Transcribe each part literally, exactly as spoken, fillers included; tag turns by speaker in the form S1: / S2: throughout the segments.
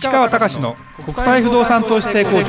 S1: 川隆の国際不動産投資成功塾。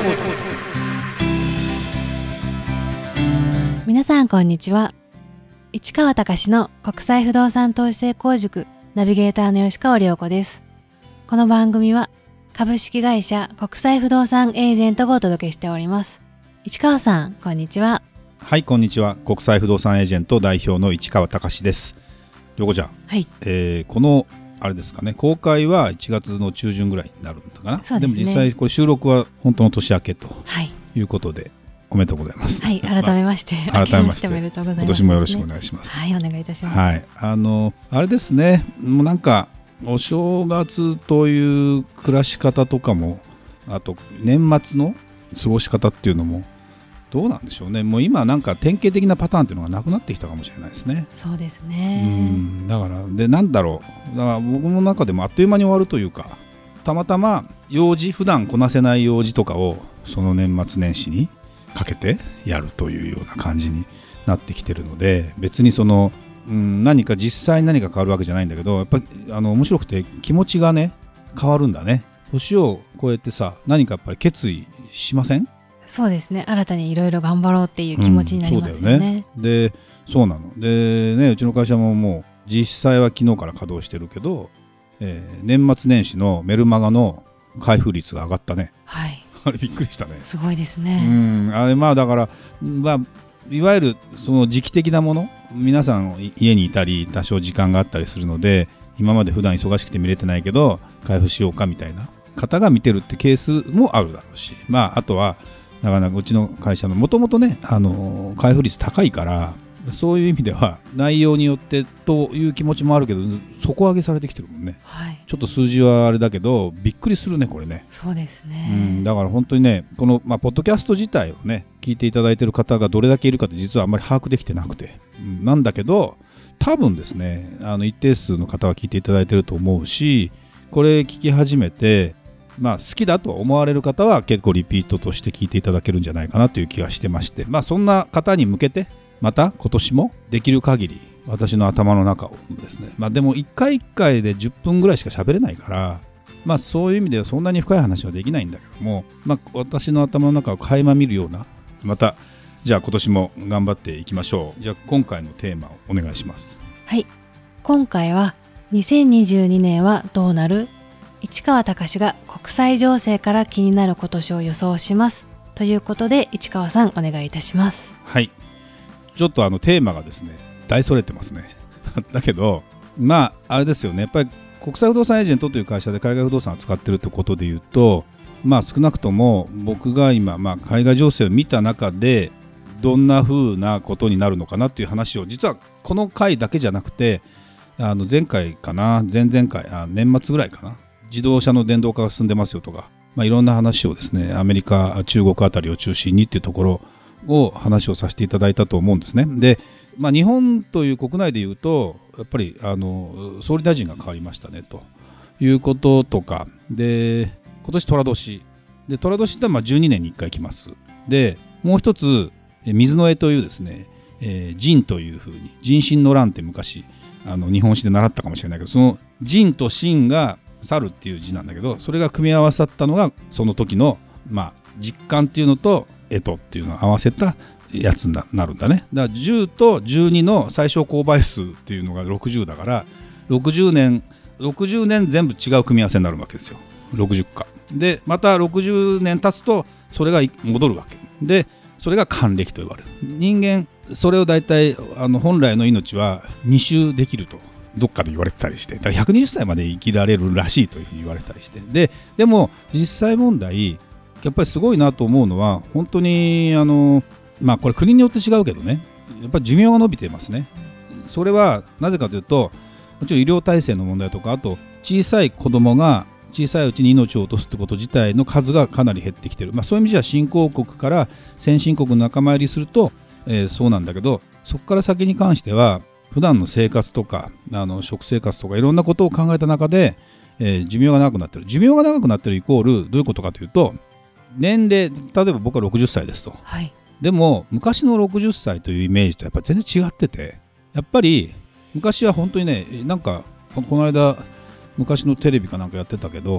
S2: 皆さんこんにちは。市川隆の国際不動産投資成功塾ナビゲーターの吉川良子です。この番組は株式会社国際不動産エージェントがお届けしております。市川さんこんにちは。
S1: はい、こんにちは。国際不動産エージェント代表の市川隆です。良子ちゃん、
S2: はい、
S1: えー、このあれですかね、公開はいちがつの中旬ぐらいになるんだかな。
S2: そうですね。
S1: でも実際これ収録は本当の年明けということで、はい、おめでとうございます。
S2: はい、改めまして、
S1: まあ、改めまして
S2: おめでとうございます、ね、
S1: 今年もよろしくお願いします。
S2: はい、お願いいたします。
S1: はい、あのあれですね、もうなんかお正月という暮らし方とかも、あと年末の過ごし方っていうのもどうなんでしょうね。もう今なんか典型的なパターンっていうのがなくなってきたかもしれないですね。
S2: そうですね。
S1: うんだからでなんだろうだから僕の中でもあっという間に終わるというか、たまたま用事普段こなせない用事とかをその年末年始にかけてやるというような感じになってきてるので、別にその、うん、何か実際に何か変わるわけじゃないんだけど、やっぱりあの面白くて気持ちがね変わるんだね。年を超えてさ、何かやっぱり決意しません？
S2: そうですね。新たにいろいろ頑張ろうっていう気持ちになりますよね。うん、そうだよね。
S1: で、そうなのでね、うちの会社ももう実際は昨日から稼働してるけど、えー、年末年始のメルマガの開封率が上がったね。
S2: はい。
S1: あれびっくりしたね。
S2: すごいですね。
S1: うん、あれまあだから、まあ、いわゆるその時期的なもの、皆さん家にいたり多少時間があったりするので、今まで普段忙しくて見れてないけど開封しようかみたいな方が見てるってケースもあるだろうし、まああとはなかなかうちの会社のもともとね、あの開封率高いから、そういう意味では内容によってという気持ちもあるけど、底上げされてきてるもんね。はい、ちょっと数字はあれだけどびっくりするねこれね。
S2: そうですね。
S1: うん、だから本当にね、この、まあ、ポッドキャスト自体をね聞いていただいている方がどれだけいるかって実はあんまり把握できてなくて、うん、なんだけど多分ですね、あの一定数の方は聞いていただいていると思うし、これ聞き始めてまあ、好きだと思われる方は結構リピートとして聞いていただけるんじゃないかなという気がしてまして、まあ、そんな方に向けてまた今年もできる限り私の頭の中をですね、まあ、でもいっかいいっかいでじゅっぷんぐらいしか喋れないから、まあ、そういう意味ではそんなに深い話はできないんだけども、まあ、私の頭の中を垣間見るような、またじゃあ今年も頑張っていきましょう。じゃあ今回のテーマをお願いします。
S2: はい、今回はにせんにじゅうにねんはどうなる？市川隆が国際情勢から気になる今年を予想しますということで、市川さんお願いいたします。
S1: はい、ちょっとあのテーマがですね大それてますねだけどまああれですよね、やっぱり国際不動産エージェントという会社で海外不動産を使ってるってことでいうと、まあ少なくとも僕が今、まあ、海外情勢を見た中でどんな風なことになるのかなっていう話を、実はこの回だけじゃなくてあの前回かな前々回あ年末ぐらいかな、自動車の電動化が進んでますよとか、まあ、いろんな話をですね、アメリカ中国あたりを中心にっていうところを話をさせていただいたと思うんですね。で、まあ、日本という国内でいうとやっぱりあの総理大臣が変わりましたねということとかで、今年寅年で、寅年ってまあじゅうにねんにいっかい来ます。でもう一つ水の絵というですね、えー、仁というふうに人心の乱って昔あの日本史で習ったかもしれないけど、その仁と心が猿っていう字なんだけど、それが組み合わさったのがその時の、まあ、実感っていうのと干支っていうのを合わせたやつになるんだね。だからじゅうとじゅうにの最小公倍数っていうのがろくじゅうだから、ろくじゅうねんろくじゅうねん全部違う組み合わせになるわけですよ。ろくじゅっかでまたろくじゅうねん経つとそれが戻るわけで、それが還暦と呼ばれる。人間それを大体あの本来の命はに周できるとどっかで言われてたりして、だからひゃくにじゅっさいまで生きられるらしいというふうに言われたりして、ででも実際問題やっぱりすごいなと思うのは、本当にあのまあこれ国によって違うけどね、やっぱり寿命が伸びてますね。それはなぜかというと、もちろん医療体制の問題とか、あと小さい子供が小さいうちに命を落とすってこと自体の数がかなり減ってきてる、まあ、そういう意味では新興国から先進国の仲間入りすると、えー、そうなんだけど、そこから先に関しては普段の生活とかあの食生活とかいろんなことを考えた中で、えー、寿命が長くなってる。寿命が長くなってるイコールどういうことかというと、年齢、例えば僕はろくじゅっさいですと、はい、でも昔のろくじゅっさいというイメージとやっぱり全然違ってて、やっぱり昔は本当にね、なんかこの間昔のテレビかなんかやってたけど、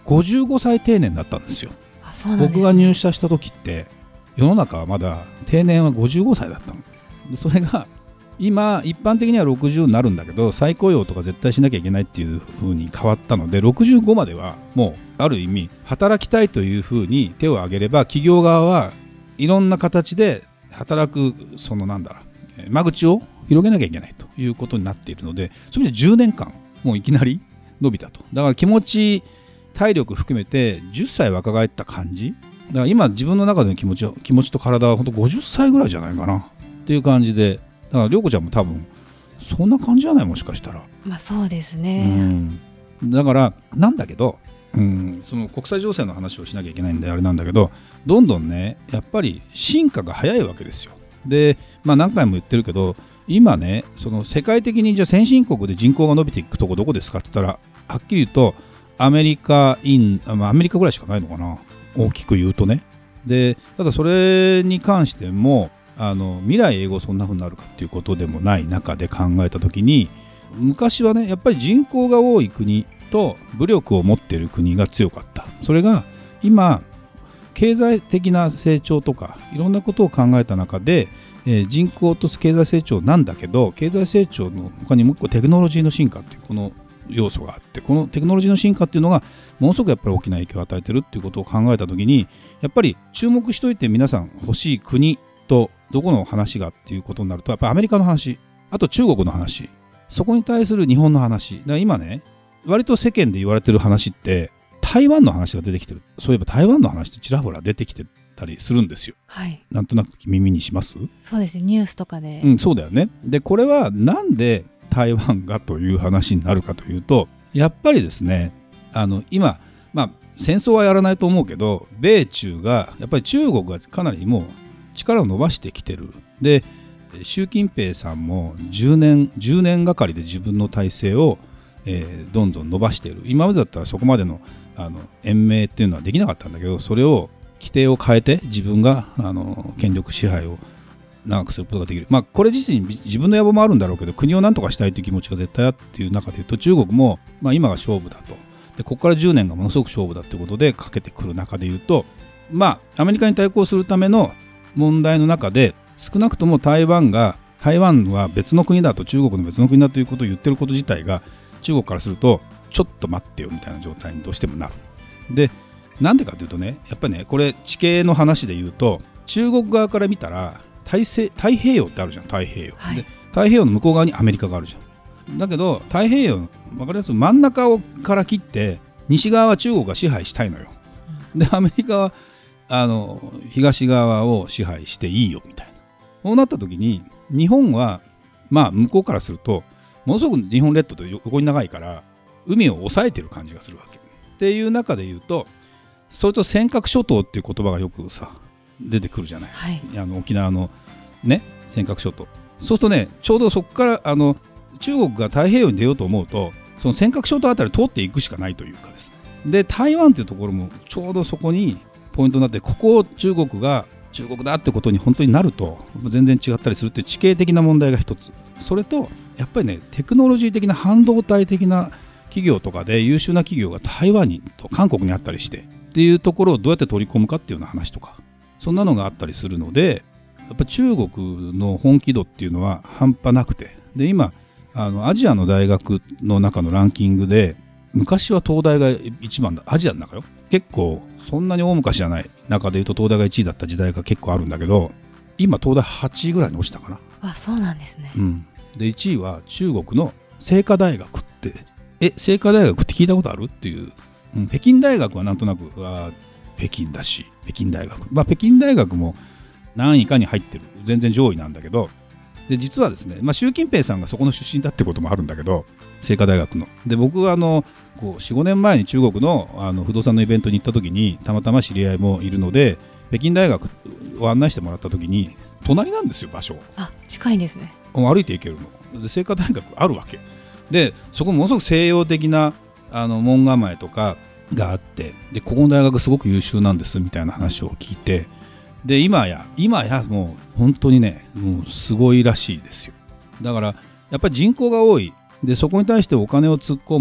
S1: ごじゅうごさい定年だったんですよ。
S2: あ、そうなんですね。
S1: 僕が入社した時って世の中はまだ定年はごじゅうごさいだったので、それが今一般的にはろくじゅうになるんだけど、再雇用とか絶対しなきゃいけないっていう風に変わったので、ろくじゅうごまではもうある意味働きたいという風に手を挙げれば、企業側はいろんな形で働くそのなんだろう間口を広げなきゃいけないということになっているので、そういう意味でじゅうねんかんもういきなり伸びたと。だから気持ち体力含めてじゅっさい若返った感じだから、今自分の中での気持ち気持ちと体は本当ごじゅっさいぐらいじゃないかなっていう感じで、だから涼子ちゃんも多分そんな感じじゃない、もしかしたら。
S2: まあそうですね、
S1: うん、だからなんだけど、うん、その国際情勢の話をしなきゃいけないんであれなんだけど、どんどんねやっぱり進化が早いわけですよ。で、まあ、何回も言ってるけど、今ねその世界的にじゃあ先進国で人口が伸びていくとこどこですかって言ったら、はっきり言うとアメリカイン、まあ、アメリカぐらいしかないのかな、大きく言うとね。でただそれに関してもあの未来永劫そんな風になるかっていうことでもない中で考えたときに、昔はねやっぱり人口が多い国と武力を持っている国が強かった。それが今経済的な成長とかいろんなことを考えた中で、えー、人口と経済成長なんだけど、経済成長の他にもう一個テクノロジーの進化っていうこの要素があって、このテクノロジーの進化っていうのがものすごくやっぱり大きな影響を与えてるっていうことを考えたときに、やっぱり注目しといて皆さん欲しい国とどこの話がっていうことになると、やっぱりアメリカの話、あと中国の話、そこに対する日本の話。だから今ね割と世間で言われてる話って台湾の話が出てきてる。そういえば台湾の話ってちらほら出てきてたりするんですよ。
S2: はい、
S1: なんとなく耳にします？
S2: そうですね、ニュースとかで。
S1: うん、そうだよね。でこれはなんで台湾がという話になるかというと、やっぱりですね、あの今、まあ、戦争はやらないと思うけど、米中がやっぱり中国がかなりもう力を伸ばしてきてる。で習近平さんもじゅうねんじゅうねんがかりで自分の体制を、えー、どんどん伸ばしている。今までだったらそこまでの、あの延命っていうのはできなかったんだけど、それを規定を変えて自分があの権力支配を長くすることができる。まあこれ自身自分の野望もあるんだろうけど、国を何とかしたいという気持ちが絶対あるっていう中でいうと、中国も、まあ、今が勝負だと。でここからじゅうねんがものすごく勝負だということでかけてくる中でいうと、まあアメリカに対抗するための問題の中で、少なくとも台湾が台湾は別の国だと、中国の別の国だということを言ってること自体が中国からするとちょっと待ってよみたいな状態にどうしてもなる。でなんでかというとね、やっぱりねこれ地形の話で言うと、中国側から見たら大西太平洋ってあるじゃん、太平洋、はい、で太平洋の向こう側にアメリカがあるじゃん。だけど太平洋分かりやすく真ん中をから切って西側は中国が支配したいのよ。でアメリカはあの東側を支配していいよみたいな。そうなった時に日本はまあ向こうからするとものすごく日本列島と横に長いから海を抑えてる感じがするわけっていう中で言うと、それと尖閣諸島っていう言葉がよくさ出てくるじゃない、はい、あの沖縄のね尖閣諸島。そうするとね、ちょうどそこからあの中国が太平洋に出ようと思うと、その尖閣諸島あたり通っていくしかないというかですね。で台湾というところもちょうどそこにポイントになって、ここを中国が中国だってことに本当になると全然違ったりするっていう地形的な問題が一つ。それとやっぱりねテクノロジー的な半導体的な企業とかで優秀な企業が台湾にと韓国にあったりしてっていうところをどうやって取り込むかっていうような話とか、そんなのがあったりするので、やっぱ中国の本気度っていうのは半端なくて、で今あのアジアの大学の中のランキングで昔は東大が一番だ、アジアの中よ。結構そんなに大昔じゃない中でいうと東大がいちいだった時代が結構あるんだけど、今東大はちいぐらいに落ちたかな。
S2: あ、そうなんですね、
S1: うん、でいちいは中国の清華大学って、え清華大学って聞いたことあるっていう、うん、北京大学はなんとなくは北京だし、北京大学、まあ、北京大学も何位かに入ってる、全然上位なんだけど、で実はですね、まあ、習近平さんがそこの出身だってこともあるんだけど、清華大学ので僕はあのこう よん,ご 年前に中国 の, あの不動産のイベントに行った時にたまたま知り合いもいるので、北京大学を案内してもらった時に隣なんですよ、場所。
S2: あ、近いんですね。
S1: 歩いて行けるので、清華大学あるわけで、そこものすごく西洋的なあの門構えとかがあって、でここの大学すごく優秀なんですみたいな話を聞いて、で今や今やもう本当にねもうすごいらしいですよ。だからやっぱり人口が多いで、そこに対してお金を突っ込む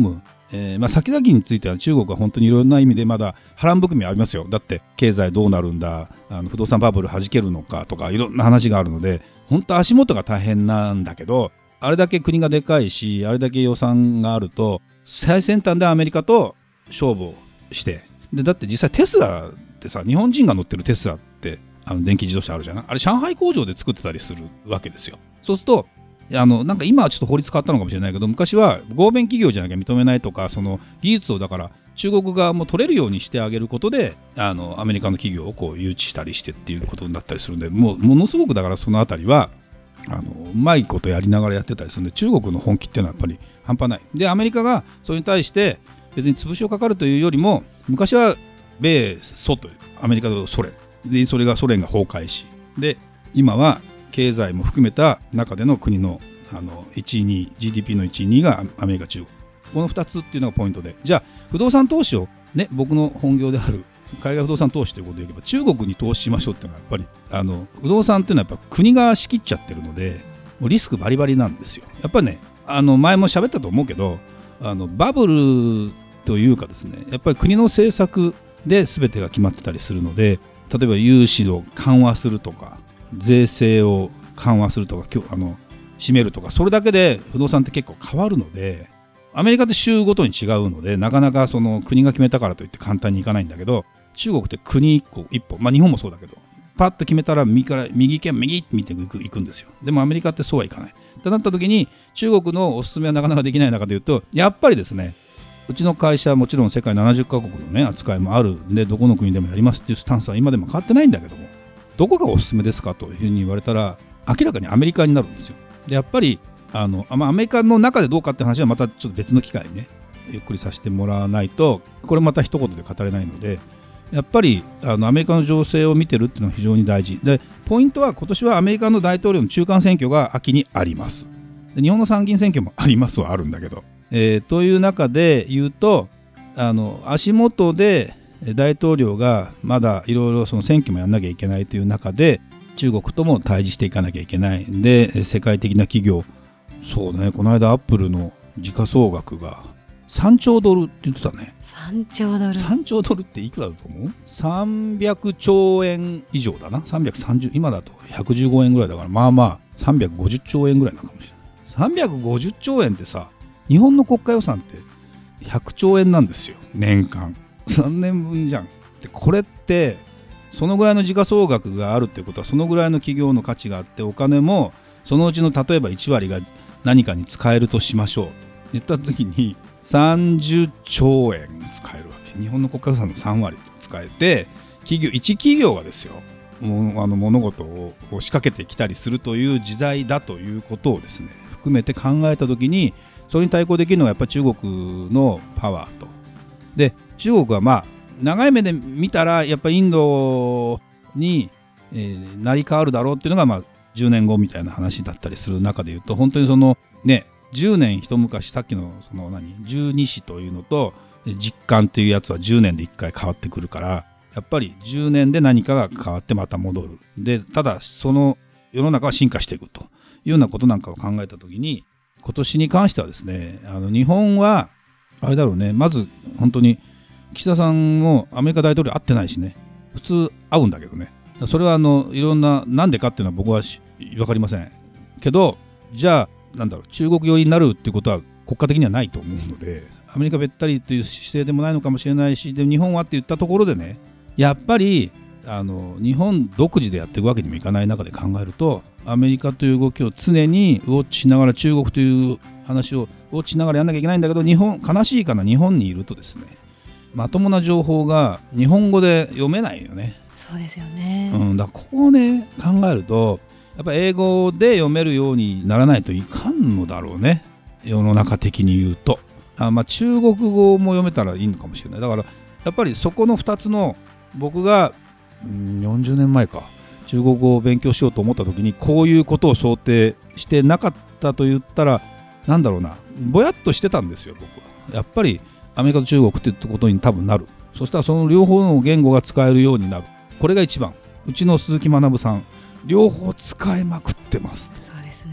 S1: えーまあ、先々については中国は本当にいろんな意味でまだ波乱含みありますよ。だって経済どうなるんだ、あの不動産バブル弾けるのかとかいろんな話があるので、本当足元が大変なんだけど、あれだけ国がでかいし、あれだけ予算があると最先端でアメリカと勝負をして、でだって実際テスラってさ、日本人が乗ってるテスラってあの電気自動車あるじゃない、あれ上海工場で作ってたりするわけですよ。そうするとあのなんか今はちょっと法律変わったのかもしれないけど、昔は合弁企業じゃなきゃ認めないとか、その技術をだから中国側も取れるようにしてあげることで、あのアメリカの企業をこう誘致したりしてっていうことになったりするんで、もうものすごくだからそのあたりはあのうまいことやりながらやってたりするんで、中国の本気っていうのはやっぱり半端ない。でアメリカがそれに対して別に潰しをかかるというよりも、昔は米ソというアメリカとソ連で、それがソ連が崩壊し、で今は経済も含めた中での国のあのいちいに ジーディーピー のいちいにがアメリカ中国、このふたつっていうのがポイントで、じゃあ不動産投資をね、僕の本業である海外不動産投資ということでいえば中国に投資しましょうっていうのはやっぱりあの不動産っていうのはやっぱ国が仕切っちゃってるので、もうリスクバリバリなんですよ。やっぱりね、あの前も喋ったと思うけど、あのバブルというかですね、やっぱり国の政策で全てが決まってたりするので、例えば融資を緩和するとか税制を緩和するとかあの締めるとか、それだけで不動産って結構変わるので、アメリカって州ごとに違うのでなかなかその国が決めたからといって簡単にいかないんだけど、中国って国一個一歩、まあ日本もそうだけどパッと決めたら右から右行け右って見ていく、いくんですよ。でもアメリカってそうはいかないとなった時に、中国のおすすめはなかなかできない中でいうと、やっぱりですね、うちの会社はもちろん世界ななじゅっかこくの、ね、扱いもあるんで、どこの国でもやりますっていうスタンスは今でも変わってないんだけども、どこがおすすめですかというふうに言われたら明らかにアメリカになるんですよ。でやっぱりあの、まあ、アメリカの中でどうかって話はまたちょっと別の機会にねゆっくりさせてもらわないと、これまた一言で語れないので、やっぱりあのアメリカの情勢を見てるっていうのは非常に大事で、ポイントは今年はアメリカの大統領の中間選挙が秋にあります。で日本の参議院選挙もありますはあるんだけど、えー、という中で言うと、あの足元で大統領がまだいろいろその選挙もやんなきゃいけないという中で、中国とも対峙していかなきゃいけないんで、世界的な企業、そうね、この間アップルの時価総額がさんちょうドルって言ってたね。
S2: さんちょうドル。
S1: さんちょうドルっていくらだと思う？さんびゃくちょうえん以上だな。さんびゃくさんじゅう、今だとひゃくじゅうごえんぐらいだから、まあまあさんびゃくごじゅっちょうえんぐらいなのかもしれない。さんびゃくごじゅっちょうえんってさ、日本の国家予算ってひゃくちょうえんなんですよ、年間。さんねんぶんじゃん。でこれってそのぐらいの時価総額があるってことは、そのぐらいの企業の価値があって、お金もそのうちの例えばいちわりが何かに使えるとしましょうと言った時にさんじゅっちょうえん使えるわけ。日本の国家予算のさんわり使えて、企業一企業がですよ、もうあの物事を仕掛けてきたりするという時代だということをですね含めて考えた時に、それに対抗できるのがやっぱり中国のパワーと。で中国はまあ長い目で見たらやっぱりインドに、えー、成り変わるだろうっていうのが、まあ、じゅうねんごみたいな話だったりする中でいうと、本当にそのねじゅうねん一昔、さっきのその何十二支というのと実感というやつはじゅうねんでいっかい変わってくるから、やっぱりじゅうねんで何かが変わってまた戻る。でただその世の中は進化していくというようなことなんかを考えたときに、今年に関してはですね、あの日本はあれだろうね、まず本当に岸田さんもアメリカ大統領会ってないしね、普通会うんだけどね、それはあのいろんななんでかっていうのは僕は分かりませんけど、じゃあなんだろう、中国寄りになるっていうことは国家的にはないと思うので、アメリカべったりという姿勢でもないのかもしれないし、で日本はって言ったところでね、やっぱりあの日本独自でやっていくわけにもいかない中で考えると、アメリカという動きを常にウォッチしながら、中国という話をウォッチしながらやんなきゃいけないんだけど、日本悲しいかな、日本にいるとですね、まともな情報が日本語で読めないよね。
S2: そうですよね、
S1: うん、だからここをね考えると、やっぱ英語で読めるようにならないといかんのだろうね、世の中的に言うと。あ、まあ、中国語も読めたらいいのかもしれない。だからやっぱりそこのふたつの、僕が、うん、よんじゅうねんまえか中国語を勉強しようと思った時に、こういうことを想定してなかったと言ったらなんだろうな、ぼやっとしてたんですよ僕は。やっぱりアメリカと中国ってことに多分なる。そしたらその両方の言語が使えるようになる。これが一番。うちの鈴木学さん両方使いまくってますと。
S2: そうですね。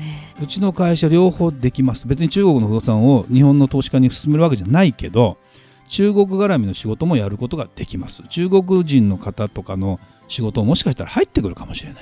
S1: うちの会社両方できます。別に中国の不動産を日本の投資家に勧めるわけじゃないけど、中国絡みの仕事もやることができます。中国人の方とかの仕事ももしかしたら入ってくるかもしれない。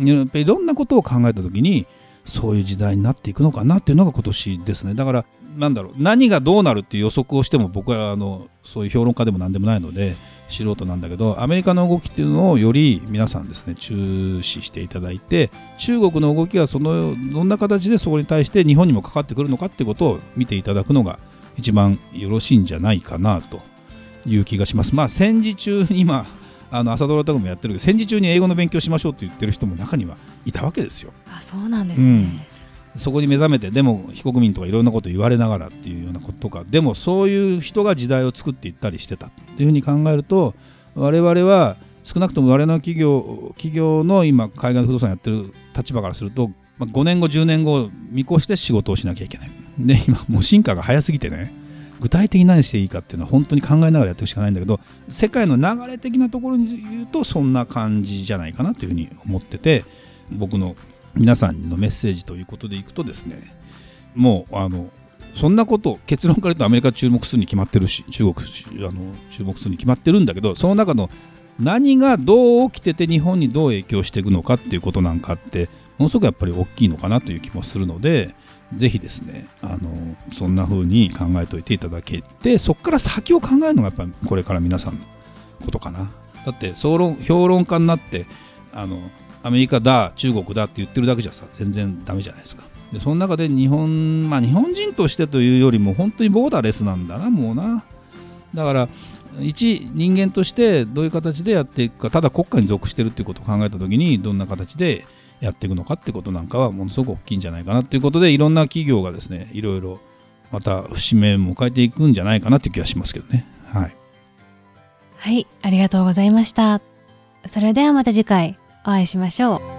S1: やっぱりいろんなことを考えたときに、そういう時代になっていくのかなっていうのが今年ですね。だからなんだろう、何がどうなるっていう予測をしても僕はあのそういう評論家でも何でもないので素人なんだけど、アメリカの動きっていうのをより皆さんですね注視していただいて、中国の動きはそのどんな形でそこに対して日本にもかかってくるのかってことを見ていただくのが一番よろしいんじゃないかなという気がします。まあ戦時中に今あの朝ドラとかもやってるけど、戦時中に英語の勉強しましょうって言ってる人も中にはいたわけですよ。
S2: あ、そうなんですね、
S1: うん、そこに目覚めて、でも非国民とかいろんなこと言われながらっていうようなこととか、でもそういう人が時代を作っていったりしてたっていうふうに考えると、我々は少なくとも我々の企業企業の今海外の不動産やってる立場からすると、まあ、ごねんごじゅうねんご見越して仕事をしなきゃいけない。で今もう進化が早すぎてね、具体的に何していいかっていうのは本当に考えながらやっていくしかないんだけど、世界の流れ的なところに言うとそんな感じじゃないかなというふうに思ってて、僕の皆さんのメッセージということでいくとですね、もうあのそんなこと結論から言うとアメリカ注目するに決まってるし、中国あの注目するに決まってるんだけど、その中の何がどう起きてて日本にどう影響していくのかっていうことなんかってものすごくやっぱり大きいのかなという気もするので、ぜひですねあのそんな風に考えておいていただけて、そこから先を考えるのがやっぱりこれから皆さんのことかな。だって総論評論家になってあのアメリカだ中国だって言ってるだけじゃさ全然ダメじゃないですか。でその中で日本まあ日本人としてというよりも本当にボーダーレスなんだなもうな。だから一人間としてどういう形でやっていくか、ただ国家に属してるっていうことを考えたときにどんな形でやっていくのかってことなんかはものすごく大きいんじゃないかなということで、いろんな企業がですねいろいろまた節目も変えていくんじゃないかなという気がしますけどね。はい、
S2: はい、ありがとうございました。それではまた次回お会いしましょう。